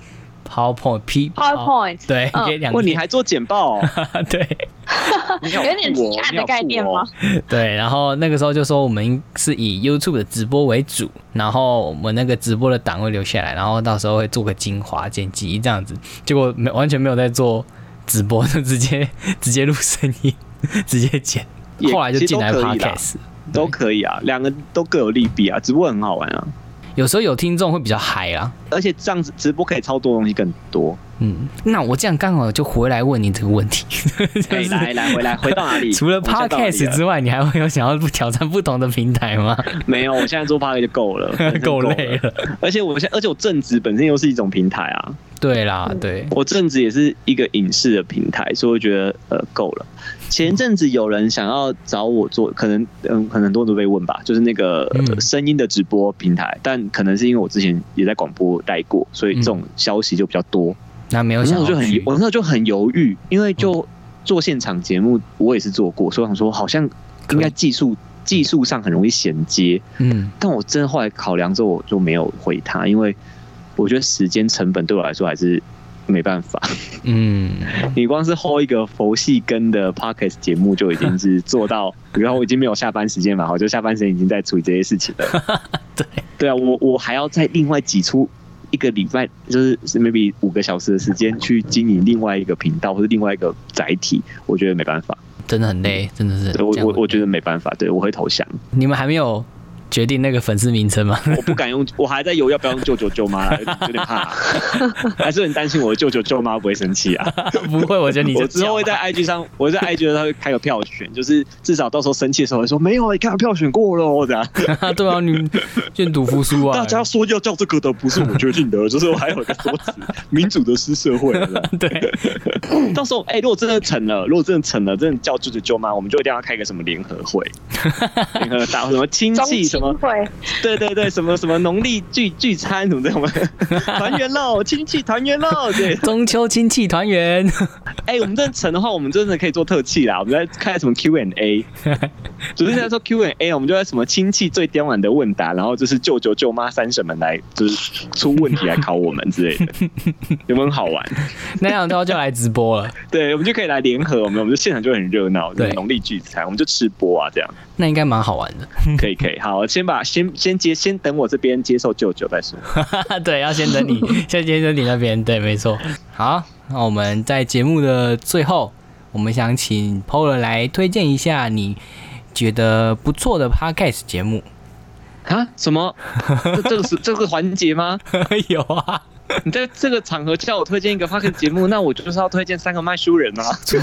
PowerPoint 对，给2页。 你还做简报哦？ 对， 有点提案的概念吗？ 对，然后那个时候就说我们是以 YouTube 的直播为主，然后我们那个直播的档会留下来，然后到时候会做个精华剪辑这样子。结果完全没有在做直播，就直接录声音，直接剪。后来就进来 Podcast， 都可以啊，两个都各有利弊啊，直播很好玩啊。 有时候有听众会比较嗨啦， 而且这样子直播可以操作的东西更多。 那我这样刚好就回来问你这个问题。 回到哪里？ 除了 Podcast 之外，你还会有想要挑战不同的平台吗？ 没有，我现在做 Podcast 就够了， 够累了。 而且我正职本身又是一种平台啊。 对啦，对， 我正职也是一个影视的平台，所以我觉得够了。前阵子有人想要找我做，可能很多人都被问吧，就是那个声音的直播平台，但可能是因为我之前也在广播待过，所以这种消息就比较多。 那没有想到， 我那时候就很犹豫，因为就做现场节目，我也是做过，所以我想说好像应该技术上很容易衔接，但我真的后来考量之后，我就没有回他，因为我觉得时间成本对我来说还是没办法。你光是 hold 一个佛系跟的 podcast 节目就已经是做到，然后我已经没有下班时间嘛，我就下班时间已经在处理这些事情了。对啊，我还要再另外挤出一个礼拜，就是 maybe 5个小时的时间去经营另外一个频道或者另外一个载体，我觉得没办法， 真的很累，真的是。 我觉得没办法，对，我会投降。 你们还没有决定那个粉丝名称吗？ 我不敢用，我还在犹豫要不要用舅舅舅妈，有点怕，还是很担心我的舅舅舅妈不会生气啊。 不会，我觉得我之后会在 IG 上，我在 IG 上会开个票选，就是至少到时候生气的时候会说没有，你看票选过了这样。 对啊，你愿赌服输啊。 大家说要叫这个的不是我决定的，就是我还有一个说辞，民主的私社会。 对， 到时候如果真的成了，真的叫舅舅舅妈，我们就一定要开个什么联合会，联合大什么亲戚什么，对，什么农历聚餐什么的，团圆喽，亲戚团圆喽，对， 中秋亲戚团圆。 我们真的成的话，我们真的可以做特辑啦，我们在开什么 Q&A， 就是在说 Q&A， 我们就在什么亲戚最刁难的问答，然后就是舅舅舅妈三婶们来就是出问题来考我们之类的，有没有很好玩？ 那样就来直播了， 对，我们就可以来联合，我们就现场就很热闹，对，农历聚餐，我们就吃播啊这样， 那应该蛮好玩的。 可以，好，先等我这边接受舅舅再说。 对，要先等你，先等你那边，对，没错。好，那我们在节目的最后，我们想请 Paul 来推荐一下你觉得不错的 Podcast 节目啊？什么？这个环节吗？ 有啊。 你在这个场合叫我推荐一个 Podcast 节目，那我就是要推荐3个卖书人啊！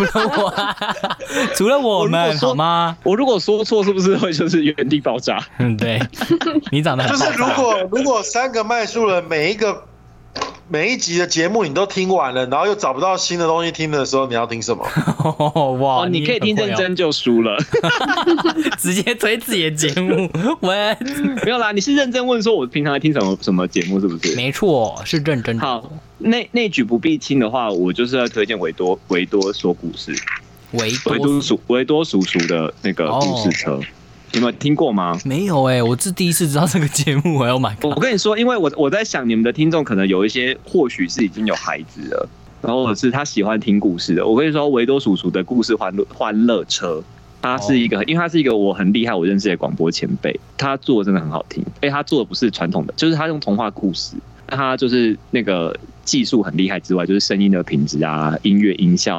除了我们好吗？ 我如果说错，是不是会就是原地爆炸？ 对，你长得很就是如果3个卖书人每一集的节目你都听完了，然后又找不到新的东西听的时候，你要听什么？ 哇， 你可以听认真就输了， 直接推自己的节目。 没有啦，你是认真问说我平常在听什么节目是不是？ 没错，是认真的。 好，内举不必听的话，我就是要推荐维多说故事，维多叔叔的那个故事车。你们听过吗？ 没有我是第一次知道这个节目，Oh my god！ 我跟你说，因为我在想，你们的听众可能有一些或许是已经有孩子了，然后或者是他喜欢听故事的。我跟你说，维多叔叔的故事欢乐车，他是一个，因为他是一个我很厉害我认识的广播前辈，他做的真的很好听。他做的不是传统的，就是他用童话故事，他就是那个技术很厉害之外，就是声音的品质啊、音乐音效。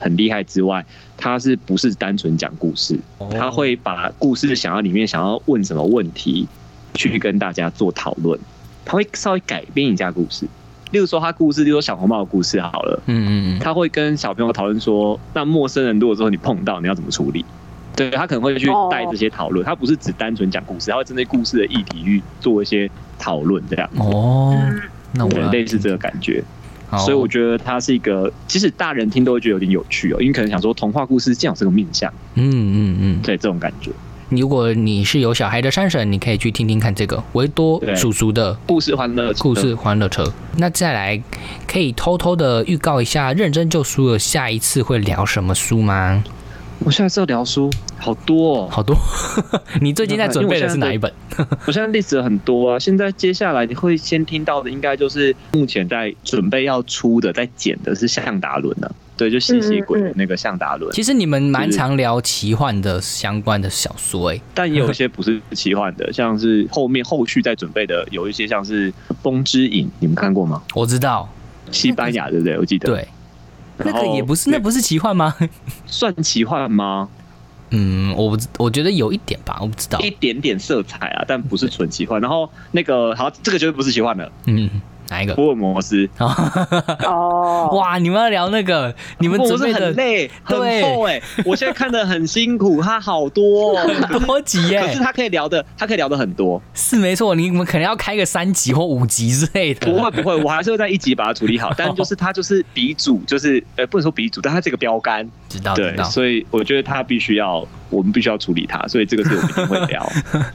很厉害之外，他是不是单纯讲故事？他会把故事里面想要问什么问题，去跟大家做讨论。他会稍微改编一下故事，例如说他故事，例如说小红帽的故事好了，他会跟小朋友讨论说，那陌生人如果说你碰到，你要怎么处理？对，他可能会去带这些讨论，他不是只单纯讲故事，他会针对故事的议题去做一些讨论，这样。 那我类似这个感觉。所以我觉得它是一个，即使大人听都会觉得有点有趣哦，因为可能想说童话故事竟然有这个面向，对这种感觉。 如果你是有小孩的山神，你可以去听听看这个维多叔叔的故事欢乐车。 那再来可以偷偷的预告一下，认真就输了下一次会聊什么书吗？ 我下一次要聊书好多哦， 好多。你最近在准备的是哪一本？ 我现在例子很多啊。现在接下来你会先听到的，应该就是目前在准备要出的，在剪的是向达伦啊。对，就吸血鬼的那个向达伦。 其实你们蛮常聊奇幻的相关的小说但也有一些不是奇幻的，像是后续在准备的有一些像是《风之影》，你们看过吗？ 我知道， 西班牙对不对？我记得。 对。那个也不是，那不是奇幻吗？ 算奇幻吗？ 我觉得有一点吧，我不知道， 一点点色彩啊，但不是纯奇幻。然后那个好，这个绝对不是奇幻的。 哪一个？ 福尔摩斯。 哇，你们要聊那个，你们准备的很累，很厚我现在看得很辛苦，它好多很多集可是它可以聊的很多。 是没错，你们可能要开个3集或5集之类的。 不会，我还是会在1集把它处理好。但就是它就是鼻祖，就是不能说鼻祖，但它这个标杆。 知道。 所以我觉得我们必须要处理它，所以这个是我们一定会聊。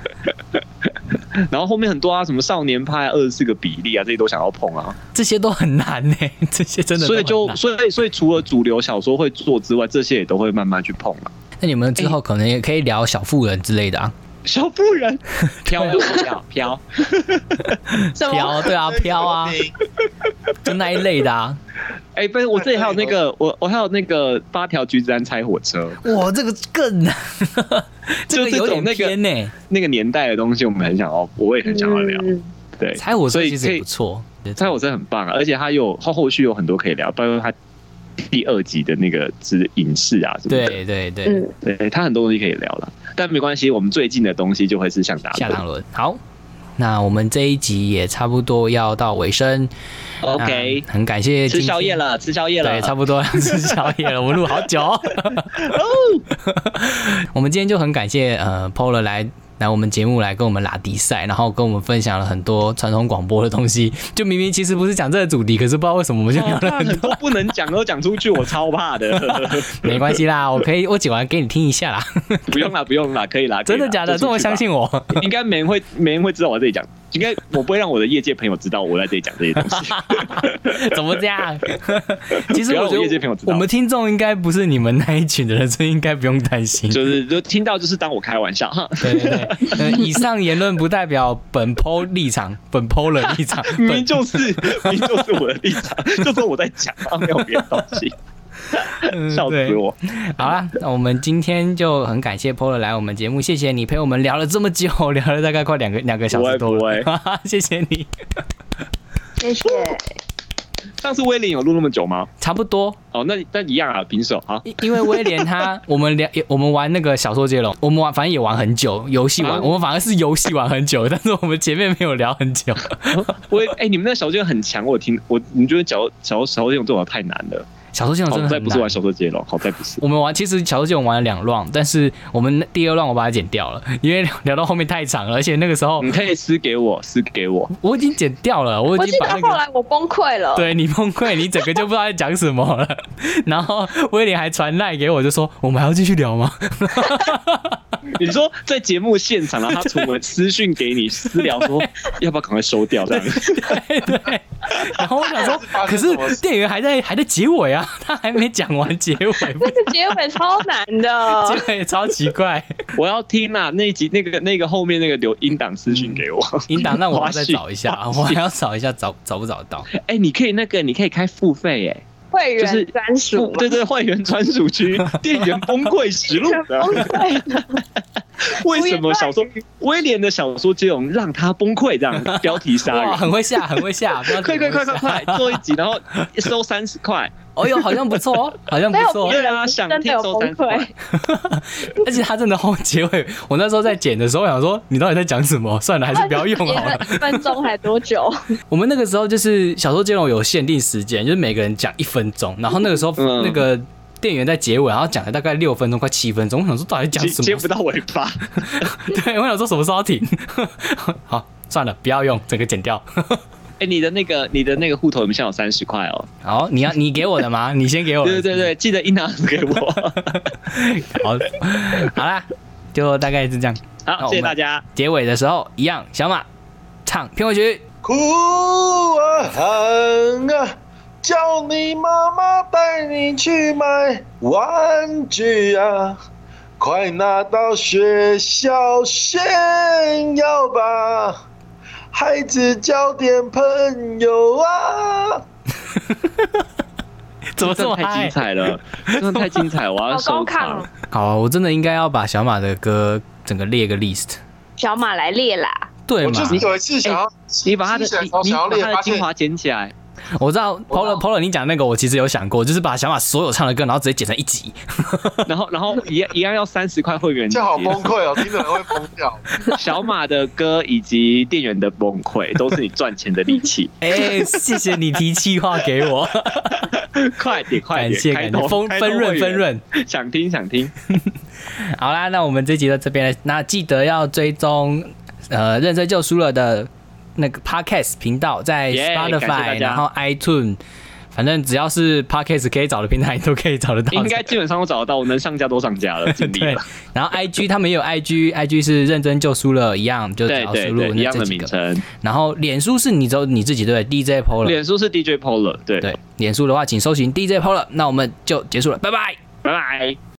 然后后面很多啊，什么少年派、24个比例啊，这些都想要碰啊， 这些都很难这些真的都很难。所以除了主流小说会做之外，这些也都会慢慢去碰啊。 那你们之后可能也可以聊小妇人之类的啊。 小妇人飘， 对啊，飘啊，就那一类的啊。 不是，我这里还有那个，我还有那个8条橘子蛋拆火车。 哇，这个更难，这个有点偏那个年代的东西，我们很想要，我也很想要聊。对， 拆火车其实也不错， 拆火车很棒啊，而且它后续有很多可以聊，包括它第2集的那个影视啊什么的。对，它很多东西可以聊了。但没关系，我们最近的东西就会是向达伦。 好，那我们这一集也差不多要到尾声。 OK， 很感谢吃宵夜了。 对，差不多要吃宵夜了，我们录好久。我们今天就很感谢Paul 来我们节目来跟我们拉迪赛，然后跟我们分享了很多传统广播的东西。就明明其实不是讲这个主题，可是不知道为什么我们就聊了很多不能讲都讲出去，我超怕的。 没关系啦，我讲完给你听一下啦。 不用啦，可以啦。 真的假的？这么相信我？ 应该没人会知道我在这里讲。应该我不会让我的业界朋友知道我在这里讲这些东西。 怎么这样？其实我觉得我们听众应该不是你们那一群的人，所以应该不用担心。 就听到就是当我开玩笑哈。 对。以上言论不代表本 PO 立场，本 PO 的立场， 明明就是我的立场，就说我在讲，没有别的东西。笑死我！ 好啦，那我们今天就很感谢 Paul 来我们节目，谢谢你陪我们聊了这么久，聊了大概快两个小时多了，谢谢你， 谢谢。 上次威廉有录那么久吗？ 差不多。 那一样啊，平手啊。 因为威廉我们玩那个小说接龙，我们反正也玩很久，游戏玩我们反而是游戏玩很久，但是我们前面没有聊很久。 你们那个小说接龙很强，你觉得小说接龙对我太难了？ 小说接龙真的很难。 好在不是玩小说接龙，好在不是。 我们其实小说接龙玩了2 round， 但是我们第2 round 我把它剪掉了，因为聊到后面太长了，而且那个时候你可以撕给我。 我已经剪掉了，我已经把那个。 后来我崩溃了。 对，你崩溃，你整个就不知道在讲什么了。然后威廉还传赖给我，就说我们还要继续聊吗？ 你说在节目现场，然后他传私讯给你私聊说要不要赶快收掉这样子。 对。然后我想说，可是店员还在结尾啊，他还没讲完结尾。 那个结尾超难的， 结尾超奇怪。 我要听啊，那一集那个后面那个留音档私讯给我。 音档，那我要再找一下，我还要找一下找不找得到。 你可以开付费会员专属， 对，会员专属区，店员崩溃实录。 为什么小说威廉的小说接龙让他崩溃？这样标题杀哇， 人， 很会下，很会下， 快做一集，然后收30块。 哦哟，好像不错哦，好像不错。 对啊，想听收30块。 而且他真的后结尾，我那时候在剪的时候，我想说你到底在讲什么？算了，还是不要用好了。 1分钟还多久？ 我们那个时候就是小说接龙有限定时间，就是每个人讲1分钟，然后那个时候那个店员在结尾，然后讲了大概6分钟，快7分钟。我想说到底讲什么？ 接不到尾巴。 对，我想说什么时候要停？好，算了，不要用，整个剪掉。 你的那个户头里面现在有30块哦。 好，你给我的吗？你先给我的。 对，记得1拿给我。 好啦，就大概是这样。 好，谢谢大家。 结尾的时候一样，小马唱片尾曲。 哭啊喊啊，叫你妈妈带你去买玩具啊，快拿到学校炫耀吧。孩子交点朋友啊！ 怎么这么太精彩了？真的太精彩，我要收藏。 好，我真的应该要把小马的歌整个列个 list。 小马来列啦。 对嘛？ 我就是有一次想要， 你把他的精华剪起来。 我知道 Polo 你讲那个我其实有想过，就是把小马所有唱的歌，然后直接剪成1集， 然后一样要30块会员。 这好崩溃哦，听的人会疯掉。 小马的歌以及店员的崩溃，都是你赚钱的利器。 谢谢你提企划给我， 快点， 感谢分润， 想听。 好啦，那我们这集到这边了，那记得要追踪认真就输了的那个 Podcast 频道，在 Spotify， 然后 iTunes， 反正只要是 Podcast 可以找的平台，你都可以找得到。 应该基本上都找得到，我能上架都上架了，尽力了。 然后 IG 他们也有 IG 是认真就输了一样，就只要输入一样的名称。 然后脸书是你自己对 DJ Polar， 脸书是 DJ Polar， 对， 脸书的话请搜寻 DJ Polar。那我们就结束了，拜拜。